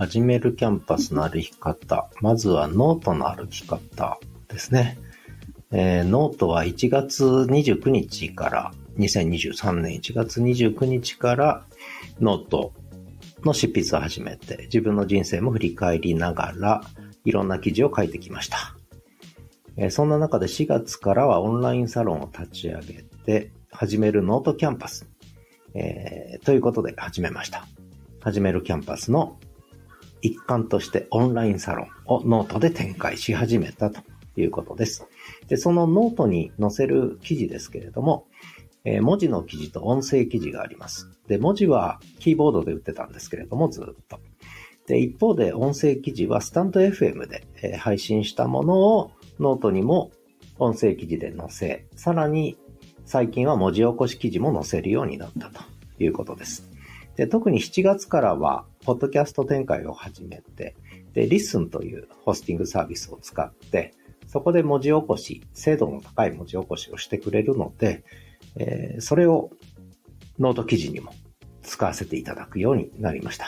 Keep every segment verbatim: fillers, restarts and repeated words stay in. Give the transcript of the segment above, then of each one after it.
始めるキャンパスの歩き方。まずはノートの歩き方ですね。えー、ノートはいちがつにじゅうくにちから、にせんにじゅうさんねんいちがつにじゅうくにちからノートの執筆を始めて、自分の人生も振り返りながら、いろんな記事を書いてきました。えー、そんな中でしがつからはオンラインサロンを立ち上げて、始めるノートキャンパス、えー、ということで始めました。始めるキャンパスの一環としてオンラインサロンをノートで展開し始めたということです。で、そのノートに載せる記事ですけれども、えー、文字の記事と音声記事があります。で、文字はキーボードで打ってたんですけれども、ずっと。で、一方で音声記事はスタンド エフエム で、えー、配信したものをノートにも音声記事で載せ、さらに最近は文字起こし記事も載せるようになったということです。で、特にしちがつからは、ポッドキャスト展開を始めて、で、リッスンというホスティングサービスを使って、そこで文字起こし、精度の高い文字起こしをしてくれるので、えー、それをノート記事にも使わせていただくようになりました。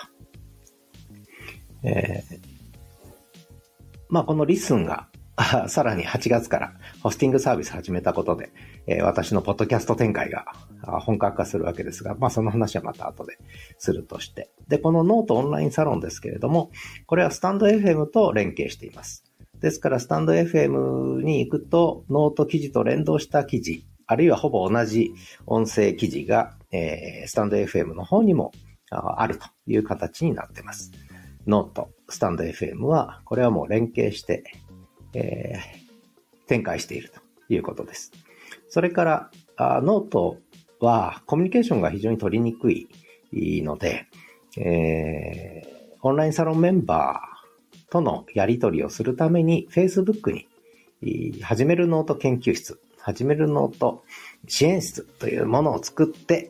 えー、まあ、このリッスンが、さらにはちがつからホスティングサービス始めたことで、えー、私のポッドキャスト展開が本格化するわけですが、まあその話はまた後でするとして。で、このノートオンラインサロンですけれども、これはスタンド エフエム と連携しています。ですからスタンド エフエム に行くとノート記事と連動した記事、あるいはほぼ同じ音声記事が、えー、スタンド エフエム の方にもあるという形になっています。ノート、スタンド エフエム は、これはもう連携して、えー、展開しているということです。それからあノートはコミュニケーションが非常に取りにくいので、えー、オンラインサロンメンバーとのやり取りをするために Facebook に始めるノート研究室、始めるノート支援室というものを作って、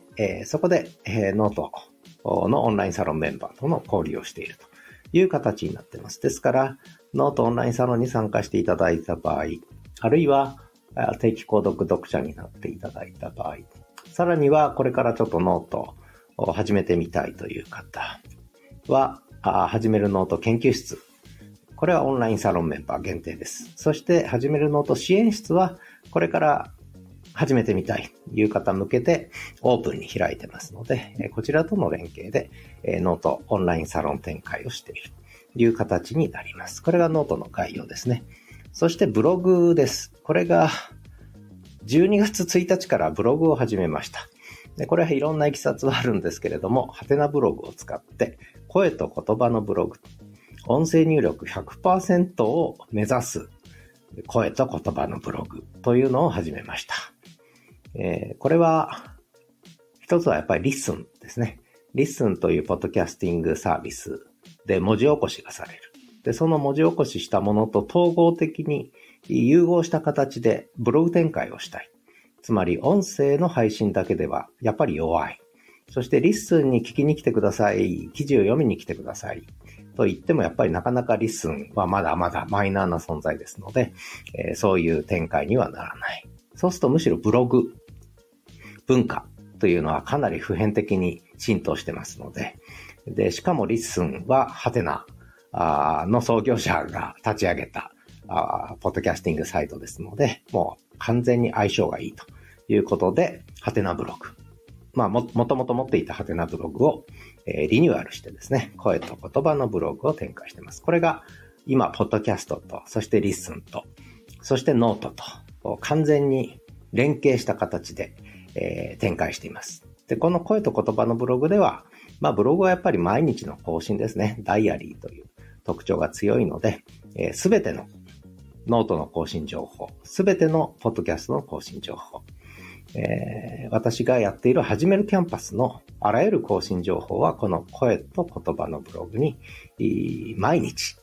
えー、そこで、えー、ノートのオンラインサロンメンバーとの交流をしているという形になっています。ですからノートオンラインサロンに参加していただいた場合、あるいは定期購読読者になっていただいた場合、さらにはこれからちょっとノートを始めてみたいという方は、始めるノート研究室。これはオンラインサロンメンバー限定です。そして始めるノート支援室は、これから始めてみたいという方向けてオープンに開いてますので、こちらとの連携でノートオンラインサロン展開をしているという形になります。これがノートの概要ですね。そしてブログです。これがじゅうにがつついたちからブログを始めました。でこれはいろんないきさつはあるんですけれども、ハテナブログを使って声と言葉のブログ、音声入力 ひゃくパーセント を目指す声と言葉のブログというのを始めました。えー、これは一つはやっぱりリッスンですね。リッスンというポッドキャスティングサービスで文字起こしがされる。で、その文字起こししたものと統合的に融合した形でブログ展開をしたい。つまり音声の配信だけではやっぱり弱い。そしてリッスンに聞きに来てください。記事を読みに来てください。と言ってもやっぱりなかなかリッスンはまだまだマイナーな存在ですので、えー、そういう展開にはならない。そうするとむしろブログ、文化というのはかなり普遍的に浸透してますので、で、しかもリッスンはハテナの創業者が立ち上げたポッドキャスティングサイトですので、もう完全に相性がいいということで、ハテナブログ。まあも、もともと持っていたハテナブログを、えー、リニューアルしてですね、声と言葉のブログを展開しています。これが今、ポッドキャストと、そしてリッスンと、そしてノートと、完全に連携した形で、えー、展開しています。で、この声と言葉のブログでは、まあブログはやっぱり毎日の更新ですね。ダイアリーという特徴が強いので、すべ、えー、てのノートの更新情報、すべてのポッドキャストの更新情報、えー、私がやっている始めるキャンパスのあらゆる更新情報はこの声と言葉のブログに毎日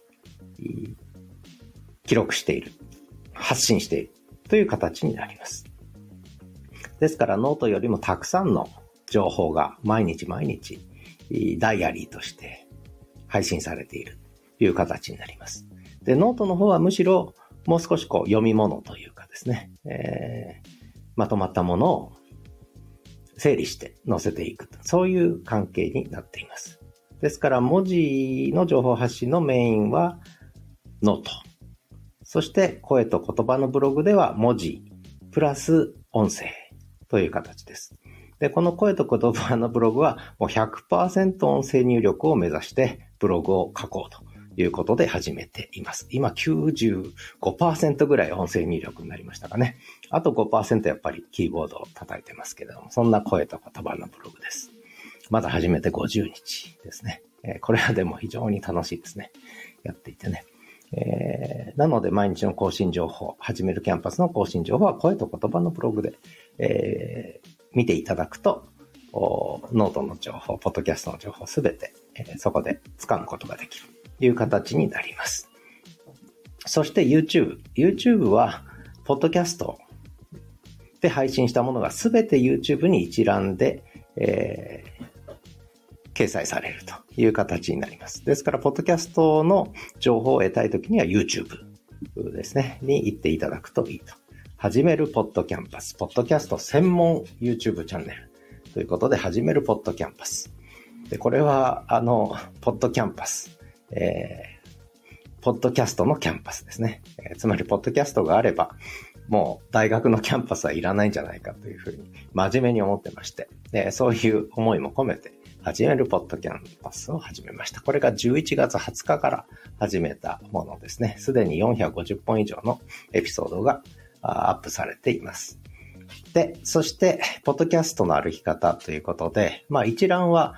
記録している、発信しているという形になります。ですからノートよりもたくさんの情報が毎日毎日ダイアリーとして配信されているという形になります。で、ノートの方はむしろもう少しこう読み物というかですね、えー、まとまったものを整理して載せていく。そういう関係になっています。 ですから文字の情報発信のメインはノート。そして声と言葉のブログでは文字プラス音声という形です。で、この声と言葉のブログはもう ひゃくパーセント 音声入力を目指してブログを書こうということで始めています。今 きゅうじゅうごパーセント ぐらい音声入力になりましたかね。あと ごパーセント やっぱりキーボードを叩いてますけれども、そんな声と言葉のブログです。まだ始めてごじゅうにちですね。えー、これはでも非常に楽しいですね。やっていてね。えー、なので毎日の更新情報、始めるキャンパスの更新情報は声と言葉のブログで、えー、見ていただくと、ノートの情報、ポッドキャストの情報すべて、えー、そこで掴むことができるという形になります。そして YouTube。YouTube は、ポッドキャストで配信したものがすべて YouTube に一覧で、えー掲載されるという形になります。ですから、ポッドキャストの情報を得たいときには YouTube ですね、に行っていただくといいと。始めるポッドキャンパス、ポッドキャスト専門 YouTube チャンネルということで、始めるポッドキャンパス。で、これは、あの、ポッドキャンパス、えー、ポッドキャストのキャンパスですね。えー、つまり、ポッドキャストがあれば、もう大学のキャンパスはいらないんじゃないかというふうに真面目に思ってまして、でそういう思いも込めて始めるポッドキャンパスを始めました。これがじゅういちがつはつかから始めたものですね。すでによんひゃくごじゅっぽん以上のエピソードがアップされています。で、そして、ポッドキャストの歩き方ということで、まあ一覧は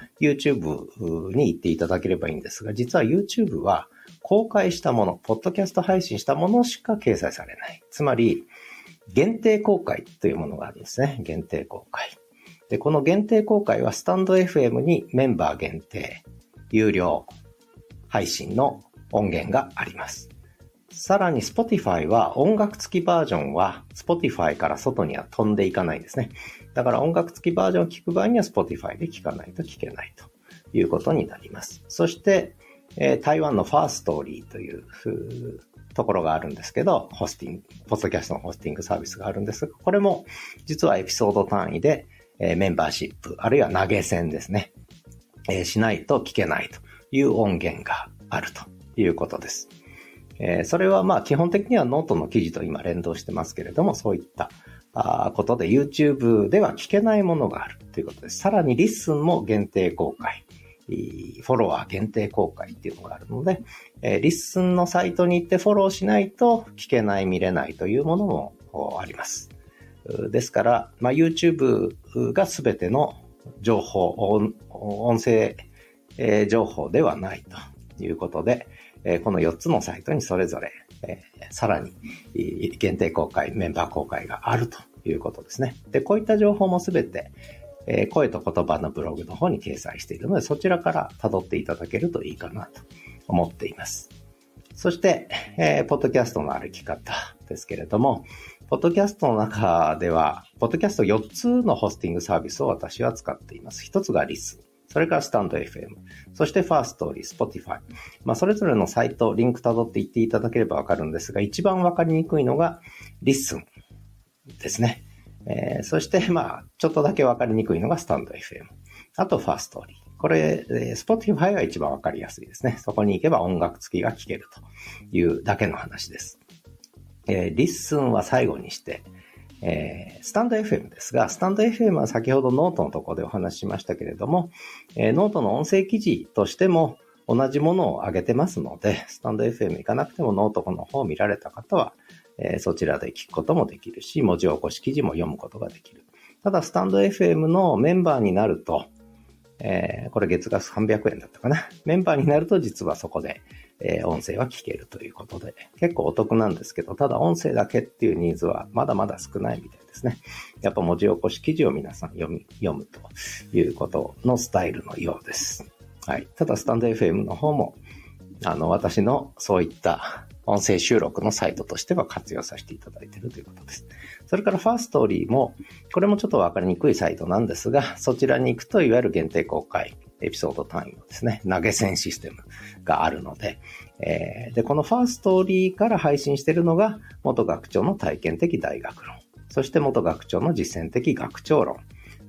YouTube に行っていただければいいんですが、実は YouTube は公開したもの、ポッドキャスト配信したものしか掲載されない。つまり、限定公開というものがあるんですね。限定公開。で、この限定公開はスタンド エフエム にメンバー限定、有料配信の音源があります。さらに Spotify は音楽付きバージョンは Spotify から外には飛んでいかないんですね。だから音楽付きバージョンを聞く場合には Spotify で聞かないと聞けないということになります。そして、えー、台湾のファーストーリーというところがあるんですけど、ホスティング、ポッドキャストのホスティングサービスがあるんですが、これも実はエピソード単位で、えー、メンバーシップ、あるいは投げ銭ですね、えー、しないと聞けないという音源があるということです。えー、それはまあ基本的にはノートの記事と今連動してますけれども、そういったあことで YouTube では聞けないものがあるということです。さらにリッスンも限定公開。フォロワー限定公開っていうのがあるので、えー、リッスンのサイトに行ってフォローしないと聞けない、見れないというものもあります。ですから、まあ、YouTube が全ての情報、音声、えー、情報ではないということで、えー、このよっつのサイトにそれぞれ、えー、さらに限定公開、メンバー公開があるということですね。で、こういった情報も全てえー、声と言葉のブログの方に掲載しているので、そちらから辿っていただけるといいかなと思っています。そして、えー、ポッドキャストの歩き方ですけれども、ポッドキャストの中では、ポッドキャストよっつのホスティングサービスを私は使っています。一つがリスン、それからスタンド エフエム、そしてファーストーリー、スポティファイ。まあ、それぞれのサイト、リンク辿っていっていただければわかるんですが、一番わかりにくいのがリスンですね。えー、そして、まあ、ちょっとだけわかりにくいのがスタンド エフエム。あと、ファーストーリー。これ、えー、Spotify が一番わかりやすいですね。そこに行けば音楽付きが聴けるというだけの話です。えー、リッスンは最後にして、えー、スタンド エフエム ですが、スタンド エフエム は先ほどノートのところでお話ししましたけれども、えー、ノートの音声記事としても同じものを上げてますので、スタンド エフエム 行かなくてもノートの方を見られた方は、えー、そちらで聞くこともできるし、文字起こし記事も読むことができる。ただ、スタンド エフエム のメンバーになると、えー、これ月額さんびゃくえんだったかな。メンバーになると実はそこで、えー、音声は聞けるということで、結構お得なんですけど、ただ音声だけっていうニーズはまだまだ少ないみたいですね。やっぱ文字起こし記事を皆さん読み、読むということのスタイルのようです。はい。ただ、スタンド エフエム の方も、あの、私のそういった音声収録のサイトとしては活用させていただいているということです。それからファーストーリーも、これもちょっとわかりにくいサイトなんですが、そちらに行くといわゆる限定公開、エピソード単位のですね、投げ銭システムがあるので、えー、で、このファーストーリーから配信しているのが、元学長の体験的大学論、そして元学長の実践的学長論、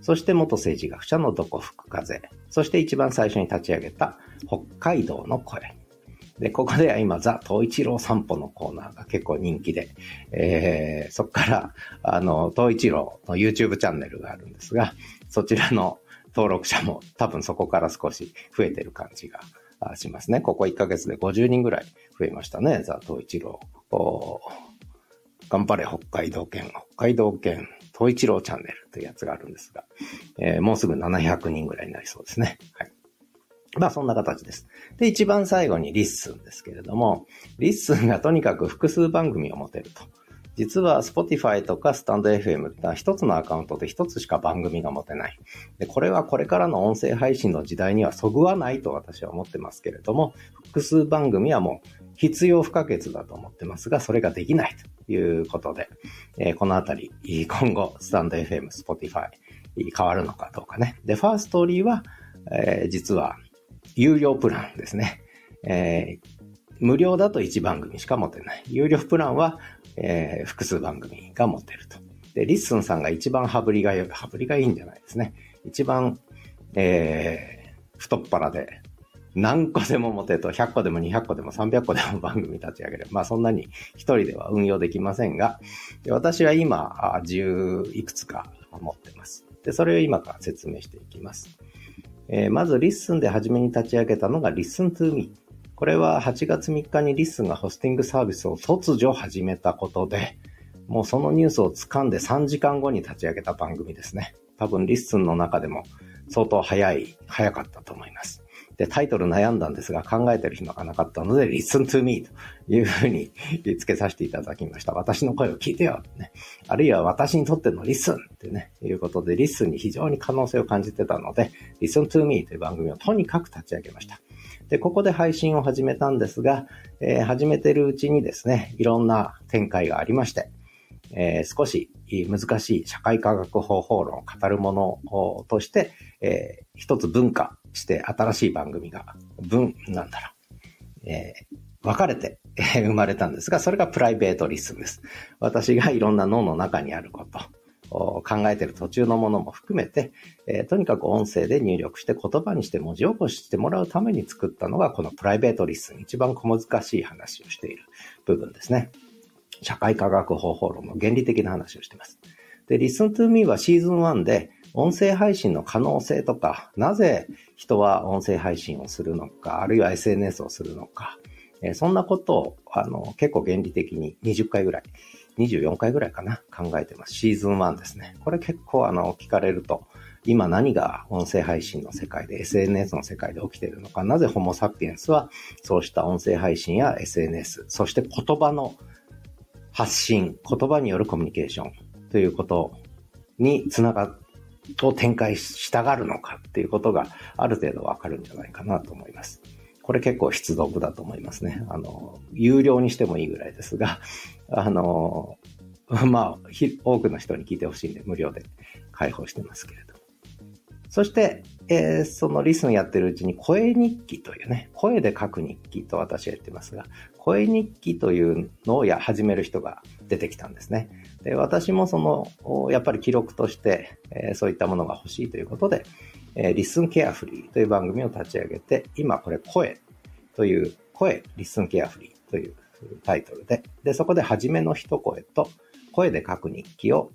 そして元政治学者のどこ吹く風。そして一番最初に立ち上げた北海道の声。で、ここでは今、ザ・東一郎散歩のコーナーが結構人気で、えー、そこから、あの、東一郎の YouTube チャンネルがあるんですが、そちらの登録者も多分そこから少し増えてる感じがしますね。ここいっかげつでごじゅうにんぐらい増えましたね。ザ・東一郎。頑張れ北海道犬、北海道犬、東一郎チャンネルというやつがあるんですが、えー、もうすぐななひゃくにんぐらいになりそうですね。はい。まあそんな形です。で、一番最後にリッスンですけれども、リッスンがとにかく複数番組を持てると。実は Spotify とかスタンド エフエム ってのは一つのアカウントで一つしか番組が持てない。で、これはこれからの音声配信の時代にはそぐわないと私は思ってますけれども、複数番組はもう必要不可欠だと思ってますが、それができないということで、えー、このあたり、今後スタンド エフエム、Spotify 変わるのかどうかね。で、ファーストーリーは、えー、実は有料プランですね。えー、無料だといちばん組しか持てない。有料プランは、えー、複数番組が持てると。で、リッスンさんが一番羽振りが良い、羽振りがいいんじゃないですね。一番、えー、太っ腹で、何個でも持てると、ひゃっこでもにひゃっこでもさんびゃっこでも番組立ち上げる。まあそんなに一人では運用できませんが、私は今、じゅういくつか持ってます。で、それを今から説明していきます。えー、まず、リッスンで初めに立ち上げたのが Listen to Me。これははちがつみっかにリッスンがホスティングサービスを突如始めたことで、もうそのニュースを掴んでさんじかんごに立ち上げた番組ですね。多分リッスンの中でも相当早い、早かったと思います。で、タイトル悩んだんですが考えてる暇がなかったので Listen to me というふうに付けさせていただきました。私の声を聞いてよ、ね。あるいは私にとっての Listen ってね、いうことで Listen に非常に可能性を感じてたので Listen to me という番組をとにかく立ち上げました。で、ここで配信を始めたんですが、えー、始めてるうちにですね、いろんな展開がありまして、えー、少し難しい社会科学方法論を語るものとして、えー、一つ分化して新しい番組が、分、なんだろう、えー、分かれて生まれたんですが、それがプライベートリスンです。私がいろんな脳の中にあること、考えている途中のものも含めて、えー、とにかく音声で入力して言葉にして文字起こししてもらうために作ったのがこのプライベートリスン、一番小難しい話をしている部分ですね。社会科学方法論の原理的な話をしています。で、Listen to Me はシーズンワンで音声配信の可能性とか、なぜ人は音声配信をするのか、あるいは エスエヌエス をするのか、えー、そんなことをあの結構原理的ににじゅっかいぐらい、にじゅうよんかいぐらいかな、考えてます。シーズンワンですね。これ結構あの聞かれると、今何が音声配信の世界で エスエヌエス の世界で起きているのか、なぜホモサピエンスはそうした音声配信や エスエヌエス、そして言葉の発信、言葉によるコミュニケーションということにつながを展開したがるのかっていうことがある程度わかるんじゃないかなと思います。これ結構必読だと思いますね。あの、有料にしてもいいぐらいですが、あの、まあ、多くの人に聞いてほしいんで無料で開放してますけれど。そして、えー、そのリスンやってるうちに声日記というね、声で書く日記と私は言ってますが、声日記というのをや始める人が出てきたんですね。で、私もその、やっぱり記録として、えー、そういったものが欲しいということで、えー、Listen Carefully という番組を立ち上げて、今これ声という、声 Listen Carefully というタイトルで、で、そこで初めの一声と声で書く日記を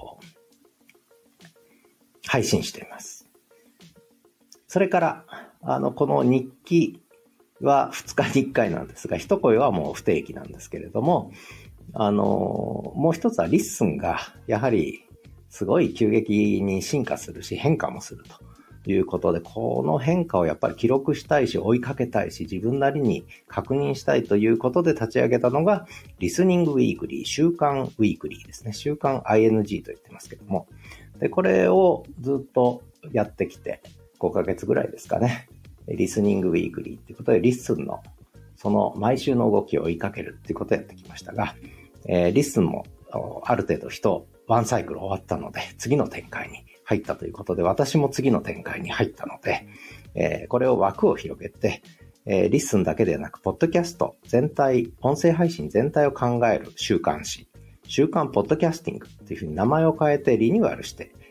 配信しています。それから、あの、この日記はふつかにいっかいなんですが、一声はもう不定期なんですけれども、あの、もう一つはリッスンが、やはり、すごい急激に進化するし、変化もするということで、この変化をやっぱり記録したいし、追いかけたいし、自分なりに確認したいということで立ち上げたのが、リスニングウィークリー、週刊ウィークリーですね。週刊 アイエヌジー と言ってますけども。で、これをずっとやってきて、ごかげつぐらいですかね。リスニングウィークリーっていうことで、リッスンの、その毎週の動きを追いかけるっていうことをやってきましたが、えー、リッスンもある程度人、ワンサイクル終わったので、次の展開に入ったということで、私も次の展開に入ったので、えー、これを枠を広げて、えー、リッスンだけでなく、ポッドキャスト全体、音声配信全体を考える週刊誌、週刊ポッドキャスティングっていうふうに名前を変えてリニューアルして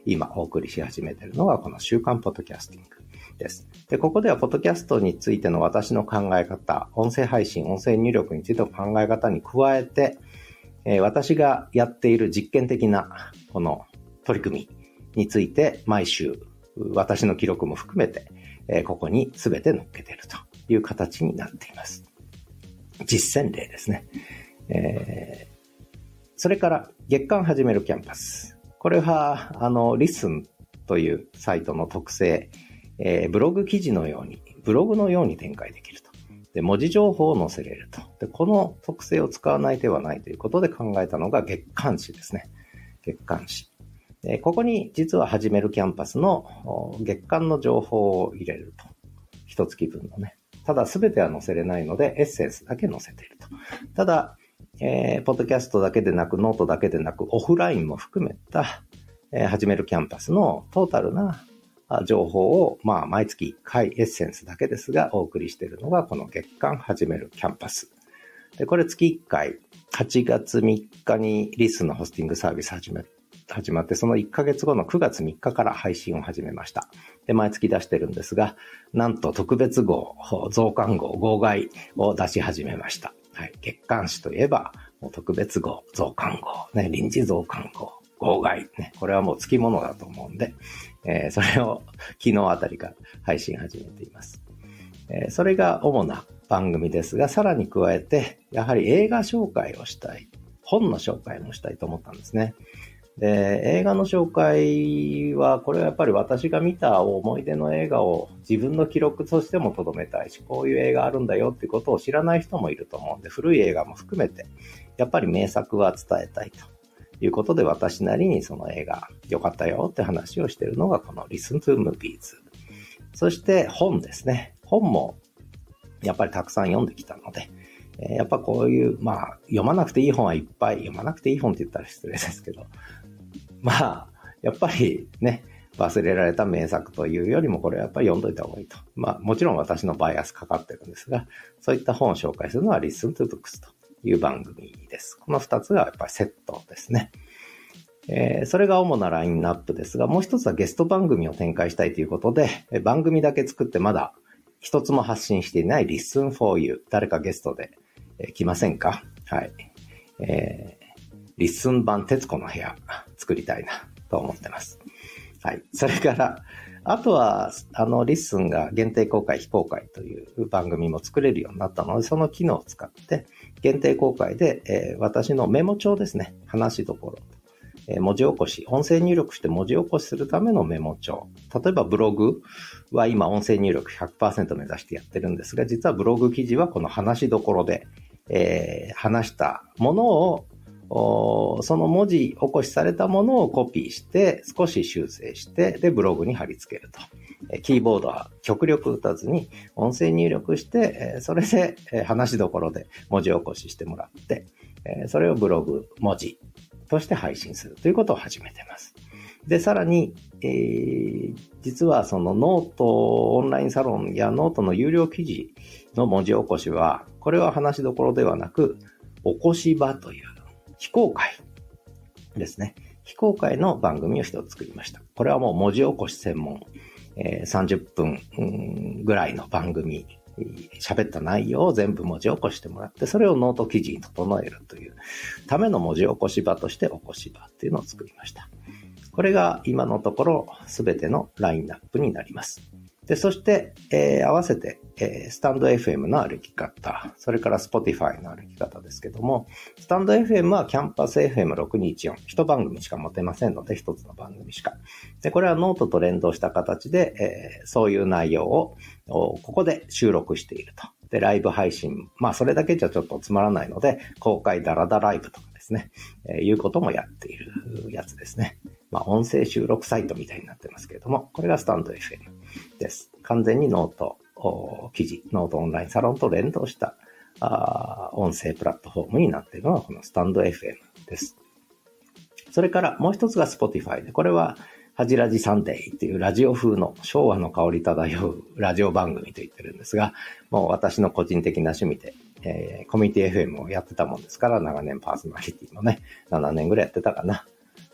今お送りし始めているのがこの週刊ポッドキャスティングです。で、ここではポッドキャストについての私の考え方、音声配信、音声入力についての考え方に加えて、えー、私がやっている実験的なこの取り組みについて毎週私の記録も含めて、えー、ここに全て載っけているという形になっています。実践例ですね。えー、それから月間始めるキャンパス。これはあのリスンというサイトの特性、えー、ブログ記事のようにブログのように展開できると。で、文字情報を載せれると。で、この特性を使わない手はないということで考えたのが月刊誌ですね。月刊誌。で、ここに実は始めるキャンパスの月間の情報を入れると。一月分のね。ただ全ては載せれないのでエッセンスだけ載せていると。ただ、えー、ポッドキャストだけでなくノートだけでなくオフラインも含めた、えー、始めるキャンパスのトータルな情報を、まあ、毎月いっかいエッセンスだけですがお送りしているのがこの月間始めるキャンパス。で、これ月いっかい、はちがつみっかにリスンのホスティングサービス始め始まって、そのいっかげつごのくがつみっかから配信を始めました。で、毎月出してるんですが、なんと特別号、増刊号、号外を出し始めました。はい。月刊誌といえば、もう特別号、増刊号、ね、臨時増刊号、号外、ね、これはもう付き物だと思うんで、えー、それを昨日あたりから配信始めています。えー、それが主な番組ですが、さらに加えて、やはり映画紹介をしたい、本の紹介もしたいと思ったんですね。で、映画の紹介は、これはやっぱり私が見た思い出の映画を自分の記録としても留めたいし、こういう映画あるんだよっていうことを知らない人もいると思うんで、古い映画も含めて、やっぱり名作は伝えたいということで、私なりにその映画良かったよって話をしているのがこの Listen to Movies。そして本ですね。本もやっぱりたくさん読んできたので、やっぱこういう、まあ、読まなくていい本はいっぱい、読まなくていい本って言ったら失礼ですけど、まあ、やっぱりね、忘れられた名作というよりもこれはやっぱり読んどいた方がいいと。まあ、もちろん私のバイアスかかってるんですが、そういった本を紹介するのは Listen to Books という番組です。この二つがやっぱりセットですね。えー、それが主なラインナップですが、もう一つはゲスト番組を展開したいということで、番組だけ作ってまだ一つも発信していない Listen for You。誰かゲストで来ませんか？はい。えーリッスン版徹子の部屋作りたいなと思ってます。はい。それから、あとは、あの、リッスンが限定公開非公開という番組も作れるようになったので、その機能を使って、限定公開で、えー、私のメモ帳ですね。話しどころ。えー、文字起こし、音声入力して文字起こしするためのメモ帳。例えばブログは今音声入力 ひゃくパーセント 目指してやってるんですが、実はブログ記事はこの話しどころで、えー、話したものをその文字起こしされたものをコピーして少し修正してでブログに貼り付けると。キーボードは極力打たずに音声入力してそれで話しどころで文字起こししてもらってそれをブログ文字として配信するということを始めています。で、さらに、えー、実はそのノートオンラインサロンやノートの有料記事の文字起こしはこれは話しどころではなく起こし場という非公開ですね。非公開の番組を一つ作りました。これはもう文字起こし専門、えー、さんじゅっぷんぐらいの番組、喋った内容を全部文字起こしてもらって、それをノート記事に整えるというための文字起こし場として起こし場っていうのを作りました。これが今のところすべてのラインナップになります。で、そして、えー、合わせて、えー、スタンド エフエム の歩き方、それから Spotify の歩き方ですけども、スタンド エフエム はキャンパス エフエムろくにいちよん、一番組しか持てませんので、一つの番組しか。で、これはノートと連動した形で、えー、そういう内容をここで収録していると。で、ライブ配信、まあそれだけじゃちょっとつまらないので、公開ダラダライブとかですね、えー、いうこともやっているやつですね。まあ音声収録サイトみたいになってますけれども、これがスタンド エフエム です。完全にノート記事、ノートオンラインサロンと連動したあ音声プラットフォームになっているのがこのスタンド エフエム です。それからもう一つが Spotify で、これはハジラジサンデーっていうラジオ風の昭和の香り漂うラジオ番組と言ってるんですが、もう私の個人的な趣味で、えー、コミュニティ エフエム をやってたもんですから、長年パーソナリティもね、ななねんぐらいやってたかな。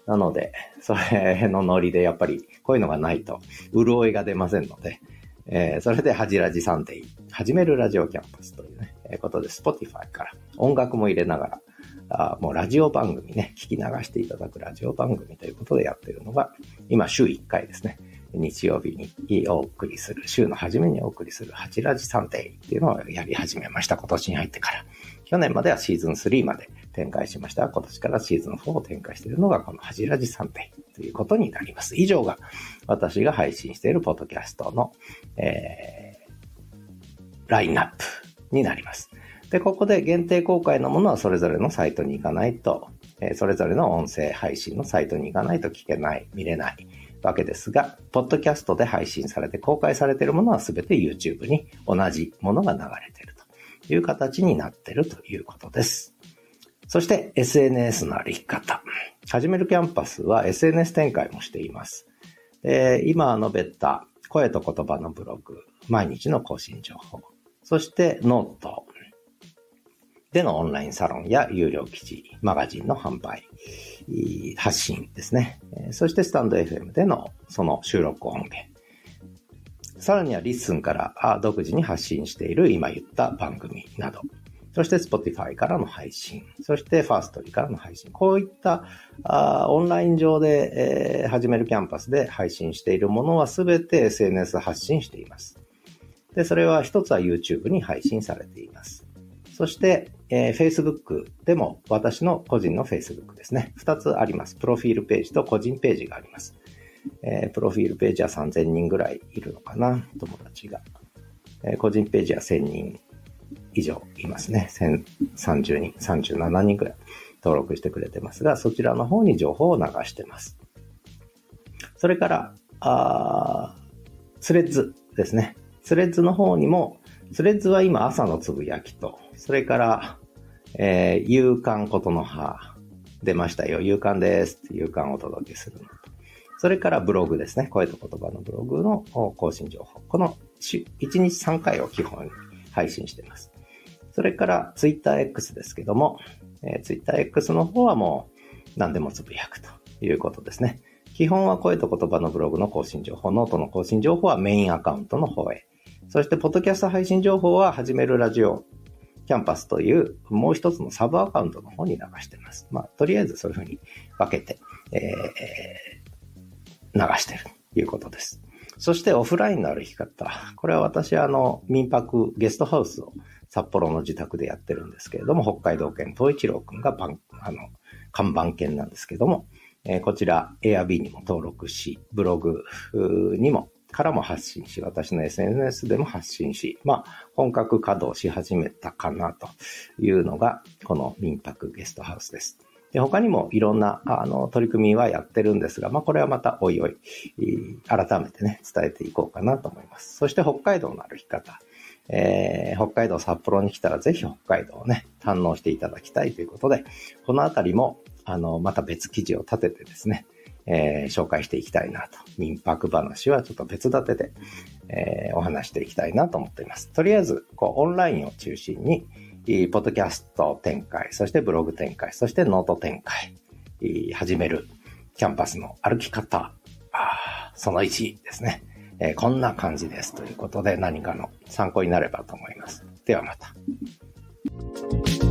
なので、それのノリでやっぱりこういうのがないと潤いが出ませんので、えー、それでハジラジサンデー、始めるラジオキャンパスというね、えー、ことで Spotify から音楽も入れながら、あもうラジオ番組ね、聞き流していただくラジオ番組ということでやっているのが、今週いっかいですね。日曜日にお送りする、週の初めにお送りするハジラジサンデーっていうのをやり始めました。今年に入ってから。去年まではシーズンスリーまで展開しました。今年からシーズンフォーを展開しているのがこのハジラジサンデーということになります。以上が私が配信しているポッドキャストの、えー、ラインナップになります。で、ここで限定公開のものはそれぞれのサイトに行かないと、えー、それぞれの音声配信のサイトに行かないと聞けない、見れないわけですが、ポッドキャストで配信されて公開されているものはすべて YouTube に同じものが流れているという形になっているということです。そして エスエヌエス の歩き方。始めるキャンパスは エスエヌエス 展開もしています。で、今述べた声と言葉のブログ、毎日の更新情報、そしてノートでのオンラインサロンや有料記事、マガジンの販売、発信ですね。そしてスタンド エフエム でのその収録音源。さらにはリッスンから独自に発信している今言った番組など。そして Spotify からの配信。そしてファーストリーからの配信。こういったあオンライン上で、えー、始めるキャンパスで配信しているものはすべて エスエヌエス 発信しています。で、それは一つは YouTube に配信されています。そして、えー、Facebook でも私の個人の Facebook ですね。二つあります。プロフィールページと個人ページがあります。えー、プロフィールページはさんぜんにんぐらいいるのかな、友達が。えー、個人ページはせんにん以上いますね。せんさんじゅうにん、さんじゅうななにんぐらい登録してくれてますが、そちらの方に情報を流してます。それから、あスレッズですね。スレッズの方にも、スレッズは今朝のつぶやきと、それから、えー、夕刊ことの葉出ましたよ。夕刊ですって夕刊をお届けするのと。それからブログですね。声と言葉のブログの更新情報。このいちにちさんかいを基本に配信しています。それからツイッター X ですけども、えー、ツイッター X の方はもう何でもつぶやくということですね。基本は声と言葉のブログの更新情報、ノートの更新情報はメインアカウントの方へ。そして、ポッドキャスト配信情報は、始めるラジオキャンパスというもう一つのサブアカウントの方に流しています。まあ、とりあえずそういうふうに分けて、えー、流しているということです。そして、オフラインの歩き方。これは私、あの、民泊ゲストハウスを札幌の自宅でやってるんですけれども、北海道犬東一郎くんがパン、あの、看板犬なんですけども、えー、こちら Airb にも登録し、ブログにもからも発信し、私の エスエヌエス でも発信し、まあ、本格稼働し始めたかなというのが、この民泊ゲストハウスです。で、他にもいろんな、あの、取り組みはやってるんですが、まあ、これはまたおいおい、改めてね、伝えていこうかなと思います。そして北海道の歩き方。えー、北海道札幌に来たらぜひ北海道をね、堪能していただきたいということで、このあたりも、あの、また別記事を立ててですね、えー、紹介していきたいなと。民泊話はちょっと別立てで、えー、お話していきたいなと思っています。とりあえず、こう、オンラインを中心に、ポッドキャスト展開、そしてブログ展開、そしてノート展開、始めるキャンパスの歩き方、あそのいちですね、えー。こんな感じですということで何かの参考になればと思います。ではまた。